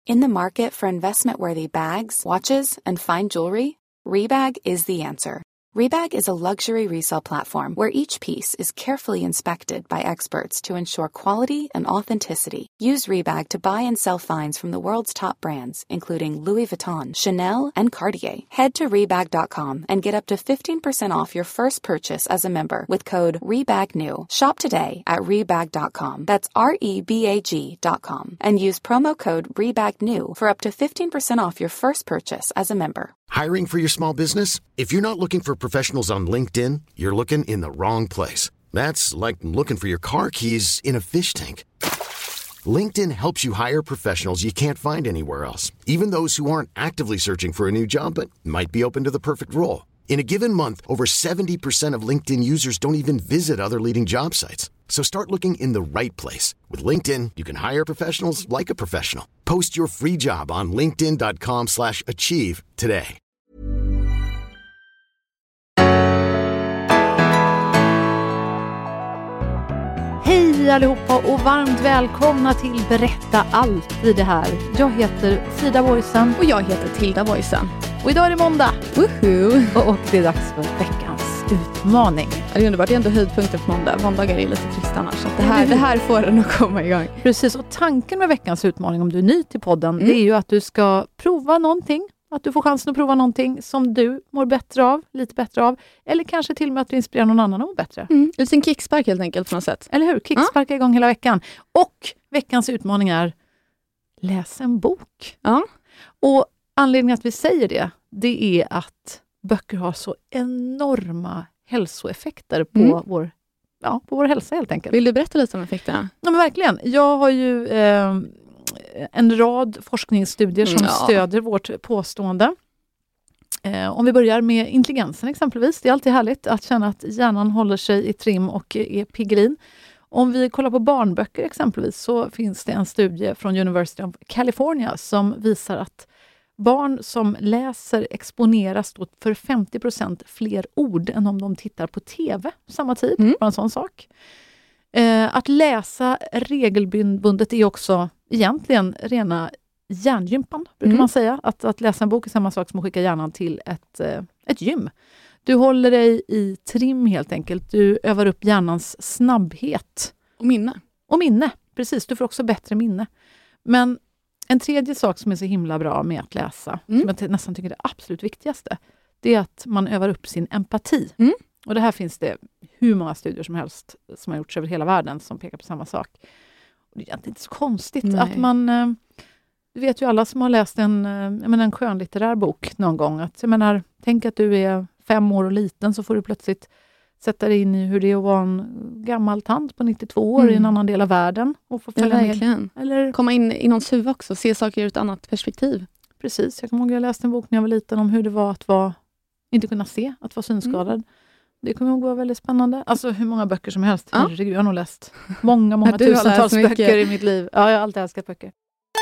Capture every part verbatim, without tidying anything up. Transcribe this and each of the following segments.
In the market for investment-worthy bags, watches, and fine jewelry, Rebag is the answer. Rebag is a luxury resale platform where each piece is carefully inspected by experts to ensure quality and authenticity. Use Rebag to buy and sell finds from the world's top brands, including Louis Vuitton, Chanel, and Cartier. Head to Rebag dot com and get up to fifteen percent off your first purchase as a member with code REBAGNEW. Shop today at Rebag dot com. That's R E B A G dot com. And use promo code REBAGNEW for up to fifteen percent off your first purchase as a member. Hiring for your small business? If you're not looking for professionals on LinkedIn, you're looking in the wrong place. That's like looking for your car keys in a fish tank. LinkedIn helps you hire professionals you can't find anywhere else, even those who aren't actively searching for a new job but might be open to the perfect role. In a given month, over seventy percent of LinkedIn users don't even visit other leading job sites. So start looking in the right place. With LinkedIn, you can hire professionals like a professional. Post your free job on linkedin dot com slash achieve today. Hej allihopa och varmt välkomna till Berätta allt i det här. Jag heter Frida Boysen. Och jag heter Tilda Boysen. Och idag är det måndag. Woohoo! Och det är dags för veckans utmaning. Det är underbart, det är ändå höjdpunkten på måndag. Måndagar är lite trist annars. Så det, här, det här får den att komma igång. Precis, och tanken med veckans utmaning, om du är ny till podden, mm. det är ju att du ska prova någonting. Att du får chansen att prova någonting som du mår bättre av, lite bättre av. Eller kanske till och med att du inspirerar någon annan att må bättre. Mm. Lite en kickspark helt enkelt på något sätt. Eller hur? Kicksparka ja. igång hela veckan. Och veckans utmaning är läs en bok. Ja. Och anledningen att vi säger det, det är att böcker har så enorma hälsoeffekter på, mm. vår, ja, på vår hälsa helt enkelt. Vill du berätta lite om effekterna? Ja, men verkligen. Jag har ju eh, en rad forskningsstudier som ja. stöder vårt påstående. Eh, om vi börjar med intelligensen exempelvis. Det är alltid härligt att känna att hjärnan håller sig i trim och är piggelin. Om vi kollar på barnböcker exempelvis så finns det en studie från University of California som visar att barn som läser exponeras då för femtio procent fler ord än om de tittar på tv samma tid. Mm. Bara en sån sak. Eh, att läsa regelbundet är också egentligen rena hjärngympan, brukar mm. man säga. Att, att läsa en bok är samma sak som att skicka hjärnan till ett, eh, ett gym. Du håller dig i trim helt enkelt. Du övar upp hjärnans snabbhet. Och minne. Och minne, precis. Du får också bättre minne. Men en tredje sak som är så himla bra med att läsa, mm. som jag nästan tycker är det absolut viktigaste, det är att man övar upp sin empati. Mm. Och det här finns det hur många studier som helst som har gjorts över hela världen som pekar på samma sak. Och det är egentligen inte så konstigt Nej. att man... Eh, du vet ju alla som har läst en, eh, jag menar en skönlitterär bok någon gång. Att, jag menar, tänk att du är fem år och liten så får du plötsligt sätta dig in i hur det är att vara en gammal tant på nittiotvå år mm. i en annan del av världen. Och få följa ja, med. Eller komma in i någons huvud också, se saker ur ett annat perspektiv. Precis, jag kommer ihåg att jag läste en bok när jag var liten om hur det var att vara, inte kunna se, att vara synskadad. Mm. Det kommer att gå väldigt spännande. Alltså hur många böcker som helst. Ja. Herregud, jag har nog läst många, många tusentals böcker i mitt liv. Ja, jag har alltid älskat böcker.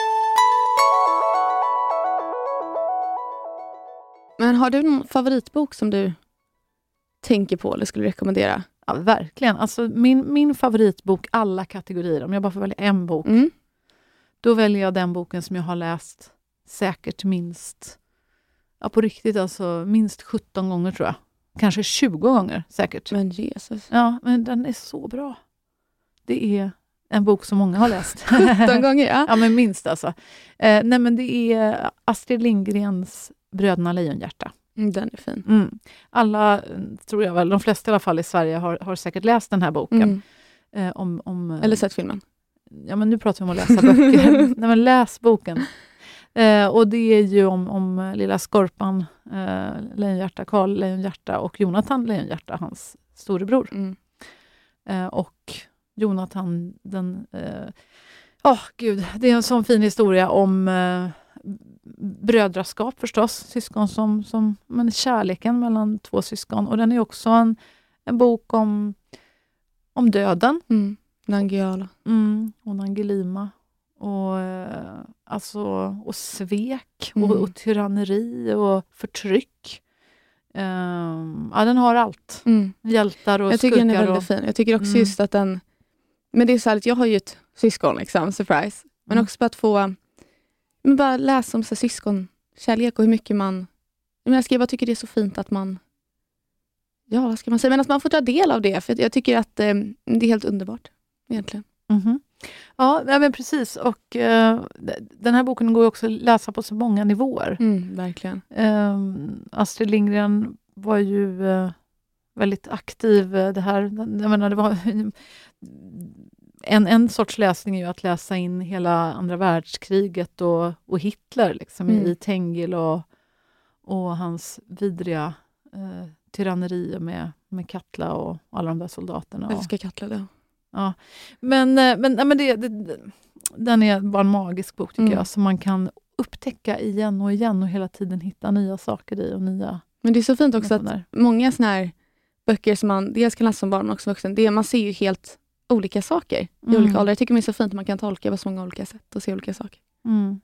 Men har du någon favoritbok som du tänker på eller skulle rekommendera? Ja, verkligen. Alltså min, min favoritbok, alla kategorier. Om jag bara får välja en bok. Mm. Då väljer jag den boken som jag har läst säkert minst, ja på riktigt alltså minst sjutton gånger tror jag. Kanske tjugo gånger säkert. Men Jesus. Ja, men den är så bra. Det är en bok som många har läst. sjutton gånger, ja. Ja, men minst alltså. Eh, nej, men det är Astrid Lindgrens Bröderna Lejonhjärta. Mm, den är fin. Mm. Alla, tror jag väl, de flesta i alla fall i Sverige har, har säkert läst den här boken. Mm. Eh, om, om, Eller sett filmen. Ja, men nu pratar vi om att läsa böcker. Nej, men läs boken. Eh, och det är ju om, om lilla Skorpan eh, Lejonhjärta, Karl Lejonhjärta och Jonathan Lejonhjärta, hans storebror. Mm. Eh, och Jonathan, den... Eh, oh, gud, det är en sån fin historia om eh, brödraskap förstås. Syskon som, som men kärleken mellan två syskon. Och den är också en, en bok om, om döden. Mm. Nangijala. Mm, och Nangilima. Och, eh, alltså, och svek mm. och, och tyranneri och förtryck. Um, ja, den har allt. Mm. Hjältar och jag tycker skurkar. Den är väldigt och, fin. Jag tycker också mm. just att den... Men det är så här att jag har ju ett syskon, liksom, surprise. Men mm. också på att få... Men bara läsa om så här, syskonkärlek och hur mycket man... Jag, menar, jag bara tycker det är så fint att man... Ja, vad ska man säga? Men att man får ta del av det. För jag tycker att eh, det är helt underbart, egentligen. Mm-hmm. Ja, men precis. Och eh, den här boken går ju också att läsa på så många nivåer. Mm, verkligen. Eh, Astrid Lindgren var ju eh, väldigt aktiv. Eh, det här, jag menar, det var... En, en sorts läsning är ju att läsa in hela andra världskriget och, och Hitler liksom, mm. i Tengil och, och hans vidriga eh, tyrannerier med, med Katla och alla de där soldaterna. Jag älskar Katla då. Ja. Men, men, men det, det, den är bara en magisk bok tycker mm. jag, som man kan upptäcka igen och igen och hela tiden hitta nya saker i och nya... Men det är så fint också att många såna här böcker som man dels kan läsa som barn och också vuxen, det, man ser ju helt olika saker i mm. olika åldrar. Jag tycker det är så fint att man kan tolka på så många olika sätt och se olika saker. Mm.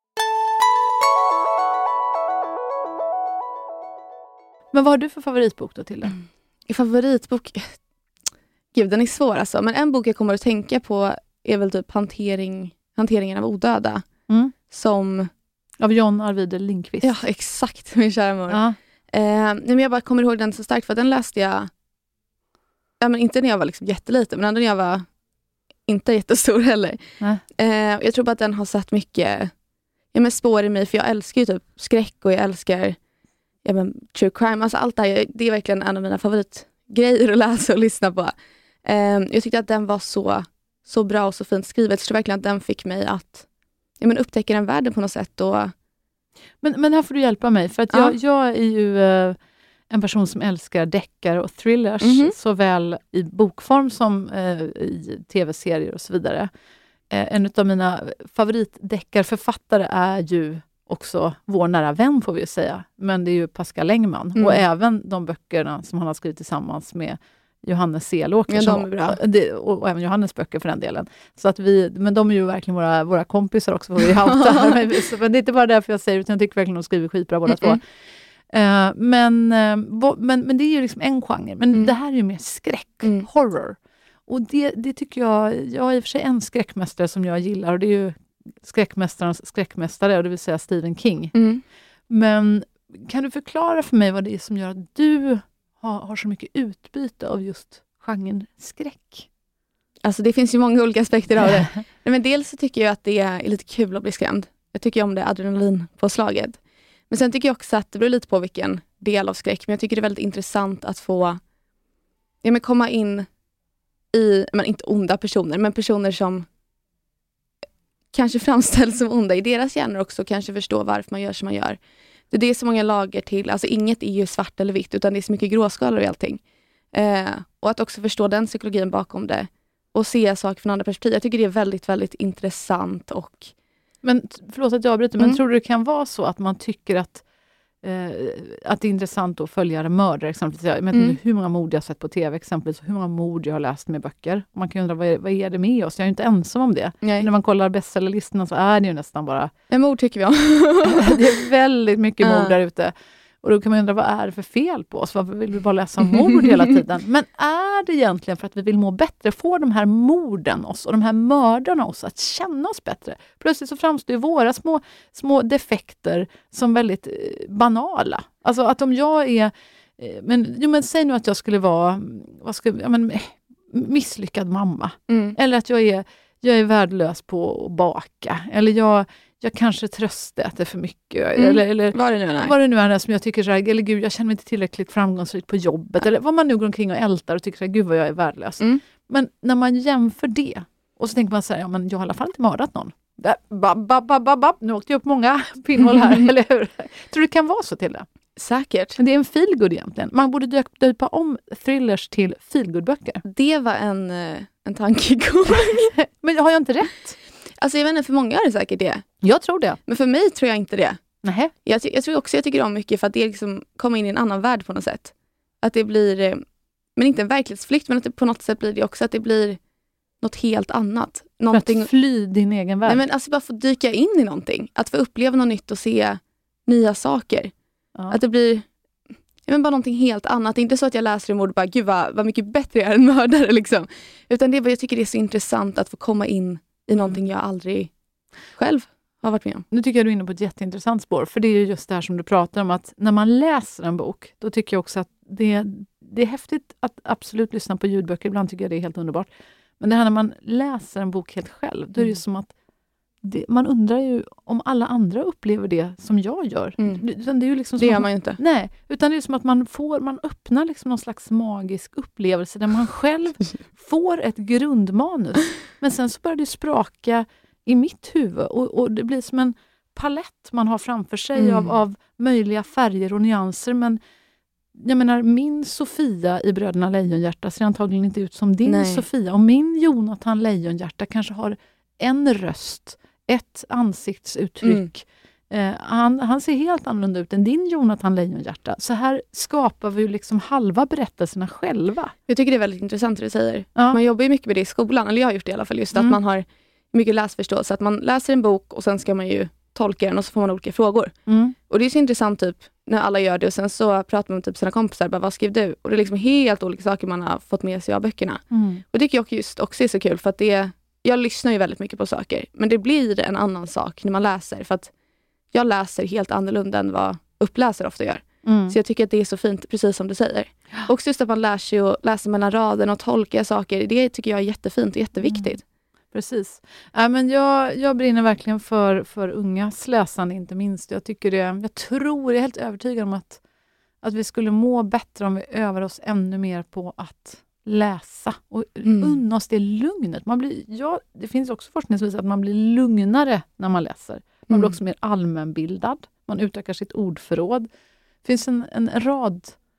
Men vad har du för favoritbok då till det? Mm. Favoritbok? Gud, den är svår alltså. Men en bok jag kommer att tänka på är väl typ hantering, Hanteringen av odöda. Mm. Som... Av John Arvider Lindqvist. Ja, exakt, min kära mor. Ja. Eh, men jag bara kommer ihåg den så starkt för den läste jag ja, men inte när jag var liksom jätteliten, men ändå när jag var inte jättestor heller. Eh, jag tror bara att den har satt mycket ja, men spår i mig, för jag älskar ju typ skräck och jag älskar ja, men true crime. Alltså allt det här, det är verkligen en av mina favoritgrejer att läsa och lyssna på. Eh, jag tyckte att den var så, så bra och så fint skrivet. Så verkligen att den fick mig att ja, men upptäcka den världen på något sätt. Och... Men, men här får du hjälpa mig, för att ja. jag, jag är ju... Eh... en person som älskar deckare och thrillers, mm-hmm. såväl i bokform som eh, i tv-serier och så vidare. Eh, en av mina favoritdeckarförfattare är ju också vår nära vän, får vi ju säga. Men det är ju Pascal Engman. Mm. Och även de böckerna som han har skrivit tillsammans med Johannes Selåker. Ja, som, de är bra. Det, och, och även Johannes böcker för den delen. Så att vi, men de är ju verkligen våra, våra kompisar också. Får vi här. Men det är inte bara därför jag säger, utan jag tycker verkligen de skriver skitbra båda Mm-mm. två. Uh, men, uh, bo, men, men det är ju liksom en genre. Men mm. det här är ju mer skräck, mm. horror. Och det, det tycker jag, jag är i och för sig en skräckmästare som jag gillar. Och det är ju skräckmästarens skräckmästare, och det vill säga Stephen King. Mm. Men kan du förklara för mig vad det är som gör att du har, har så mycket utbyte av just genren skräck? Alltså det finns ju många olika aspekter av det. Nej, men dels så tycker jag att det är lite kul att bli skrämd. Jag tycker om det adrenalinpåslaget. Men sen tycker jag också att det beror lite på vilken del av skräck. Men jag tycker det är väldigt intressant att få ja, men komma in i, men inte onda personer, men personer som kanske framställs som onda i deras hjärnor också. Kanske förstå varför man gör som man gör. Det, det är så många lager till, alltså inget är ju svart eller vitt, utan det är så mycket gråskalor och allting. Eh, och att också förstå den psykologin bakom det och se saker från andra perspektiv. Jag tycker det är väldigt, väldigt intressant och Men förlåt att jag avbryter, mm. men tror du det kan vara så att man tycker att, eh, att det är intressant att följa mördare exempelvis? Jag vet inte mm. hur många mord jag har sett på tv exempelvis, hur många mord jag har läst med böcker. Man kan ju undra, vad är, vad är det med oss? Jag är ju inte ensam om det. Nej. När man kollar bestsellerlistorna så är det ju nästan bara... Ja, mord tycker vi om. Det är väldigt mycket mord uh. där ute. Och då kan man undra, vad är det för fel på oss? Varför vill vi bara läsa om mord hela tiden? Men är det egentligen för att vi vill må bättre? Får de här morden oss och de här mördarna oss att känna oss bättre? Plötsligt så framstår ju våra små, små defekter som väldigt eh, banala. Alltså att om jag är... Eh, men, jo, men säg nu att jag skulle vara vad ska, ja, men, misslyckad mamma. Mm. Eller att jag är, jag är värdelös på att baka. Eller jag... Jag kanske tröstäter för mycket. Mm. Eller, eller vad det nu är. Vad det nu är som jag tycker så här, eller gud, jag känner mig inte tillräckligt framgångsrik på jobbet. Ja. Eller vad man nu går omkring och ältar och tycker så här, gud vad jag är värdelös. Mm. Men när man jämför det och så tänker man så här, ja men jag har i alla fall inte mördat någon. Bab, bab, bab, bab, bab. Nu åkte jag upp många pinnhål här, mm. eller hur? Tror du det kan vara så till det? Säkert. Men det är en feelgood egentligen. Man borde döpa, döpa om thrillers till feelgood-böcker. Det var en, en tankegång. Men har jag inte rätt? Alltså jag vet inte, för många är det säkert det. Jag tror det. Men för mig tror jag inte det. Nähä. Jag, jag tror också jag tycker om mycket för att det liksom kommer in i en annan värld på något sätt. Att det blir, men inte en verklighetsflykt, men att det på något sätt blir det också att det blir något helt annat. Någonting... För att fly din egen värld. Nej, men alltså bara få dyka in i någonting. Att få uppleva något nytt och se nya saker. Ja. Att det blir ja, men bara någonting helt annat. Det är inte så att jag läser i mord och bara, gud vad, vad mycket bättre jag är än mördare liksom. Utan det är bara, jag tycker det är så intressant att få komma in i någonting jag aldrig själv har varit med om. Nu tycker jag du är inne på ett jätteintressant spår. För det är ju just det här som du pratar om. Att när man läser en bok, då tycker jag också att det, det är häftigt att absolut lyssna på ljudböcker. Ibland tycker jag det är helt underbart. Men det här när man läser en bok helt själv, då är det ju som att det, man undrar ju om alla andra upplever det som jag gör. Mm. Det, det är ju liksom det gör man, man ju inte. Nej, utan det är som att man får, man öppnar liksom någon slags magisk upplevelse där man själv får ett grundmanus. Men sen så börjar det spraka i mitt huvud och, och det blir som en palett man har framför sig mm. av, av möjliga färger och nyanser. Men jag menar, min Sofia i Bröderna Lejonhjärta ser antagligen inte ut som din Nej. Sofia. Och min Jonathan Lejonhjärta kanske har en röst, ett ansiktsuttryck. Mm. Eh, han, han ser helt annorlunda ut än din Jonathan Lejonhjärta. Så här skapar vi ju liksom halva berättelserna själva. Jag tycker det är väldigt intressant det du säger. Ja. Man jobbar ju mycket med det i skolan, eller jag har gjort det i alla fall, just mm. att man har mycket läsförståelse. Att man läser en bok och sen ska man ju tolka den och så får man olika frågor. Mm. Och det är så intressant typ när alla gör det och sen så pratar man med typ sina kompisar, bara, vad skrev du? Och det är liksom helt olika saker man har fått med sig av böckerna. Mm. Och det tycker jag just också är så kul för att det, jag lyssnar ju väldigt mycket på saker, men det blir en annan sak när man läser för att jag läser helt annorlunda än vad uppläsare ofta gör. Mm. Så jag tycker att det är så fint, precis som du säger. Ja. Och just att man lär sig att läsa mellan raderna och tolka saker, det tycker jag är jättefint och jätteviktigt. Mm. Precis. Äh, men jag, jag brinner verkligen för, för ungas läsande, inte minst. Jag tycker det, jag tror, jag är helt övertygad om att, att vi skulle må bättre om vi övar oss ännu mer på att läsa och mm. unna oss det lugnet. Man blir, ja, det finns också forskningsvis att man blir lugnare när man läser. Man mm. blir också mer allmänbildad. Man utökar sitt ordförråd. Det finns en, en rad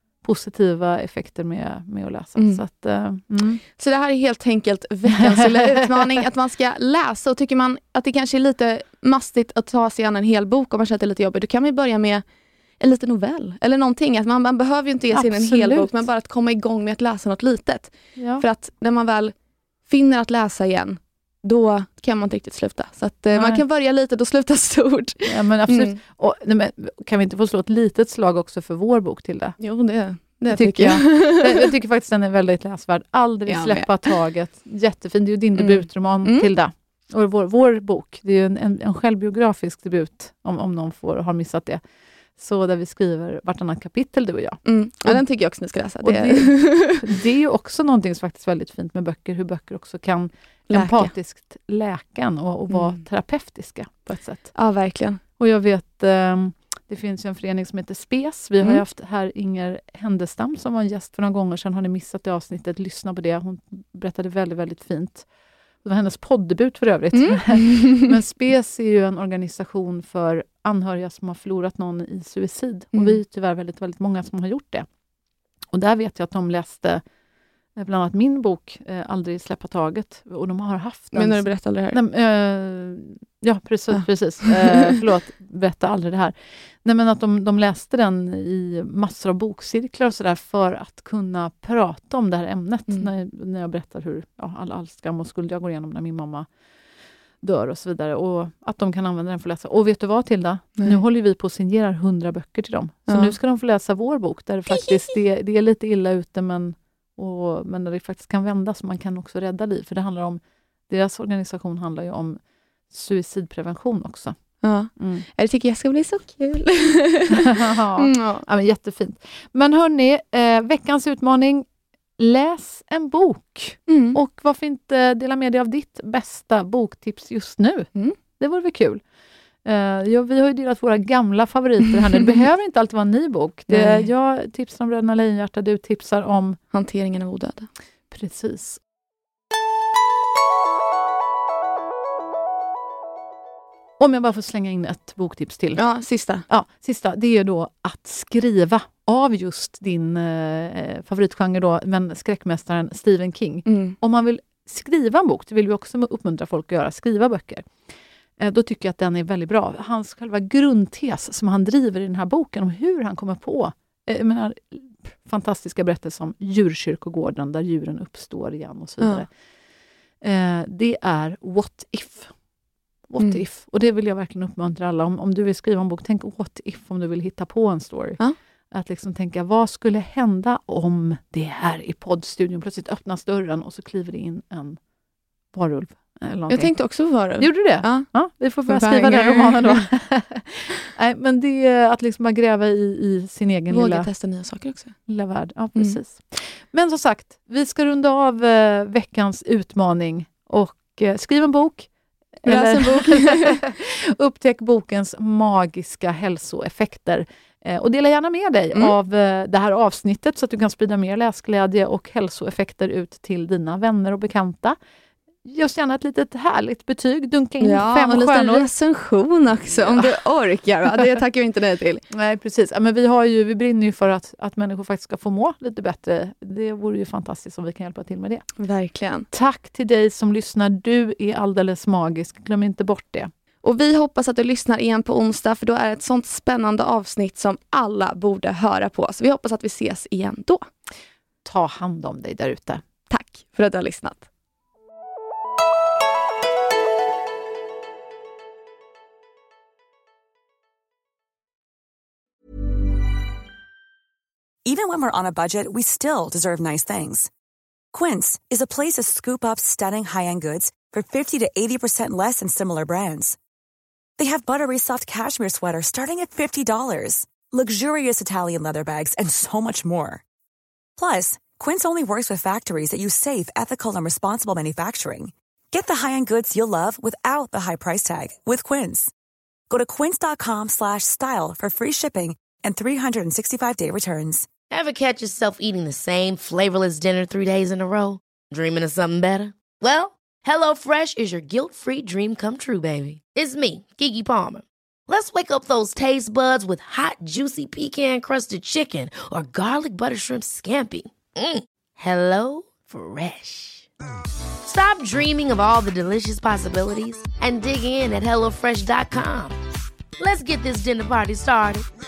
positiva effekter med, med att läsa. Mm. Så, att, uh, mm. så det här är helt enkelt veckans lilla utmaning, att man ska läsa. Och tycker man att det kanske är lite mastigt att ta sig an en hel bok om man känner att det är lite jobbigt, då kan man ju börja med en liten novell eller någonting. Att man, man behöver ju inte ge sig in en hel bok, men bara att komma igång med att läsa något litet. Ja. För att när man väl finner att läsa igen, då kan man inte riktigt sluta. Så att eh, man kan börja litet och sluta stort. Ja, men absolut. Mm. Och, nej, men, kan vi inte få slå ett litet slag också för vår bok till det? Jo, det, det tycker, tycker jag. jag. Jag tycker faktiskt den är väldigt läsvärd. Aldrig ja, släppa med. taget. Jättefin. Det är ju din mm. debutroman mm. till det. Och vår, vår bok, det är ju en, en, en självbiografisk debut, om, om någon får, har missat det. Så där vi skriver vartannat kapitel, du och jag. Mm. Ja, och, den tycker jag också ni ska läsa. Det, det, det är ju också någonting som faktiskt är väldigt fint med böcker. Hur böcker också kan Läka. empatiskt läka och, och vara mm. terapeutiska på ett sätt. Ja, verkligen. Och jag vet, um, det finns ju en förening som heter SPES. Vi har mm. ju haft här Inger Händestam som var en gäst för några gånger sedan. Har ni missat det avsnittet? Lyssna på det. Hon berättade väldigt, väldigt fint. Det var hennes poddebut för övrigt. Mm. Men SPES är ju en organisation för anhöriga som har förlorat någon i suicid. Mm. Och vi är tyvärr väldigt, väldigt många som har gjort det. Och där vet jag att de läste bland annat min bok eh, Aldrig släppa taget. Och de har haft en... Men när du berättar det här? Nej, eh, ja, precis. Ah. precis. Eh, förlåt, berätta aldrig det här. Nej, men att de, de läste den i massor av bokcirklar och sådär för att kunna prata om det här ämnet. Mm. När, när jag berättar hur ja, all, all skam och skuld jag går igenom när min mamma dör och så vidare. Och att de kan använda den för att läsa. Och vet du vad, Tilda? Nej. Nu håller vi på att signera hundra böcker till dem. Så ja. nu ska de få läsa vår bok. Där det faktiskt det, det är lite illa ute, men, och, men där det faktiskt kan vända så man kan också rädda liv. För det handlar om, deras organisation handlar ju om suicidprevention också. Ja, mm. Det tycker jag ska bli så kul. ja. Mm. Ja, men jättefint. Men hörni, eh, veckans utmaning, läs en bok. Mm. Och varför inte dela med dig av ditt bästa boktips just nu? Mm. Det vore väl kul. Uh, ja, vi har ju delat våra gamla favoriter här nu. Det behöver inte alltid vara en ny bok. Det, jag tipsar om Bröderna Lejonhjärta, du tipsar om Hanteringen av odöda. Precis. Om jag bara får slänga in ett boktips till. Ja, sista. Ja, sista. Det är då att skriva av just din eh, favoritgenre då, men skräckmästaren Stephen King. Mm. Om man vill skriva en bok, det vill vi också uppmuntra folk att göra, skriva böcker. Eh, då tycker jag att den är väldigt bra. Hans själva grundtes som han driver i den här boken om hur han kommer på eh, jag menar, fantastiska berättelser om djurkyrkogården där djuren uppstår igen och så vidare. Ja. Eh, det är What If. What mm. if? Och det vill jag verkligen uppmuntra alla. Om, om du vill skriva en bok, tänk what if om du vill hitta på en story. Ja. Att liksom tänka, vad skulle hända om det här i poddstudion plötsligt öppnas dörren och så kliver det in en varulv, Jag tänkte också på Varulv. Gjorde du det? Ja. Ja, vi får börja skriva den romanen då. Nej, men det är att liksom bara gräva i, i sin egen Våga lilla, testa nya saker också. lilla värld. Ja, precis. Mm. Men som sagt, vi ska runda av eh, veckans utmaning och eh, skriv en bok. Läs en bok. Upptäck bokens magiska hälsoeffekter. Eh, och dela gärna med dig mm. av eh, det här avsnittet så att du kan sprida mer läsglädje och hälsoeffekter ut till dina vänner och bekanta. Just gärna ett litet härligt betyg, dunka in ja, fem och stjärnor. En recension också, om du orkar. Va? Det tackar vi inte nej till. Nej, precis. Ja, men vi, har ju, vi brinner ju för att, att människor faktiskt ska få må lite bättre. Det vore ju fantastiskt om vi kan hjälpa till med det. Verkligen. Tack till dig som lyssnar. Du är alldeles magisk. Glöm inte bort det. Och vi hoppas att du lyssnar igen på onsdag, för då är det ett sånt spännande avsnitt som alla borde höra på. Så vi hoppas att vi ses igen då. Ta hand om dig där ute. Tack för att du har lyssnat. Even when we're on a budget, we still deserve nice things. Quince is a place to scoop up stunning high-end goods for fifty to eighty percent less than similar brands. They have buttery soft cashmere sweaters starting at fifty dollars, luxurious Italian leather bags, and so much more. Plus, Quince only works with factories that use safe, ethical, and responsible manufacturing. Get the high-end goods you'll love without the high price tag with Quince. Go to quince.com slash style for free shipping and three sixty-five day returns. Ever catch yourself eating the same flavorless dinner three days in a row? Dreaming of something better? Well, HelloFresh is your guilt-free dream come true, baby. It's me, Keke Palmer. Let's wake up those taste buds with hot, juicy pecan-crusted chicken or garlic butter shrimp scampi. Mm. Hello Fresh. Stop dreaming of all the delicious possibilities and dig in at hello fresh dot com. Let's get this dinner party started.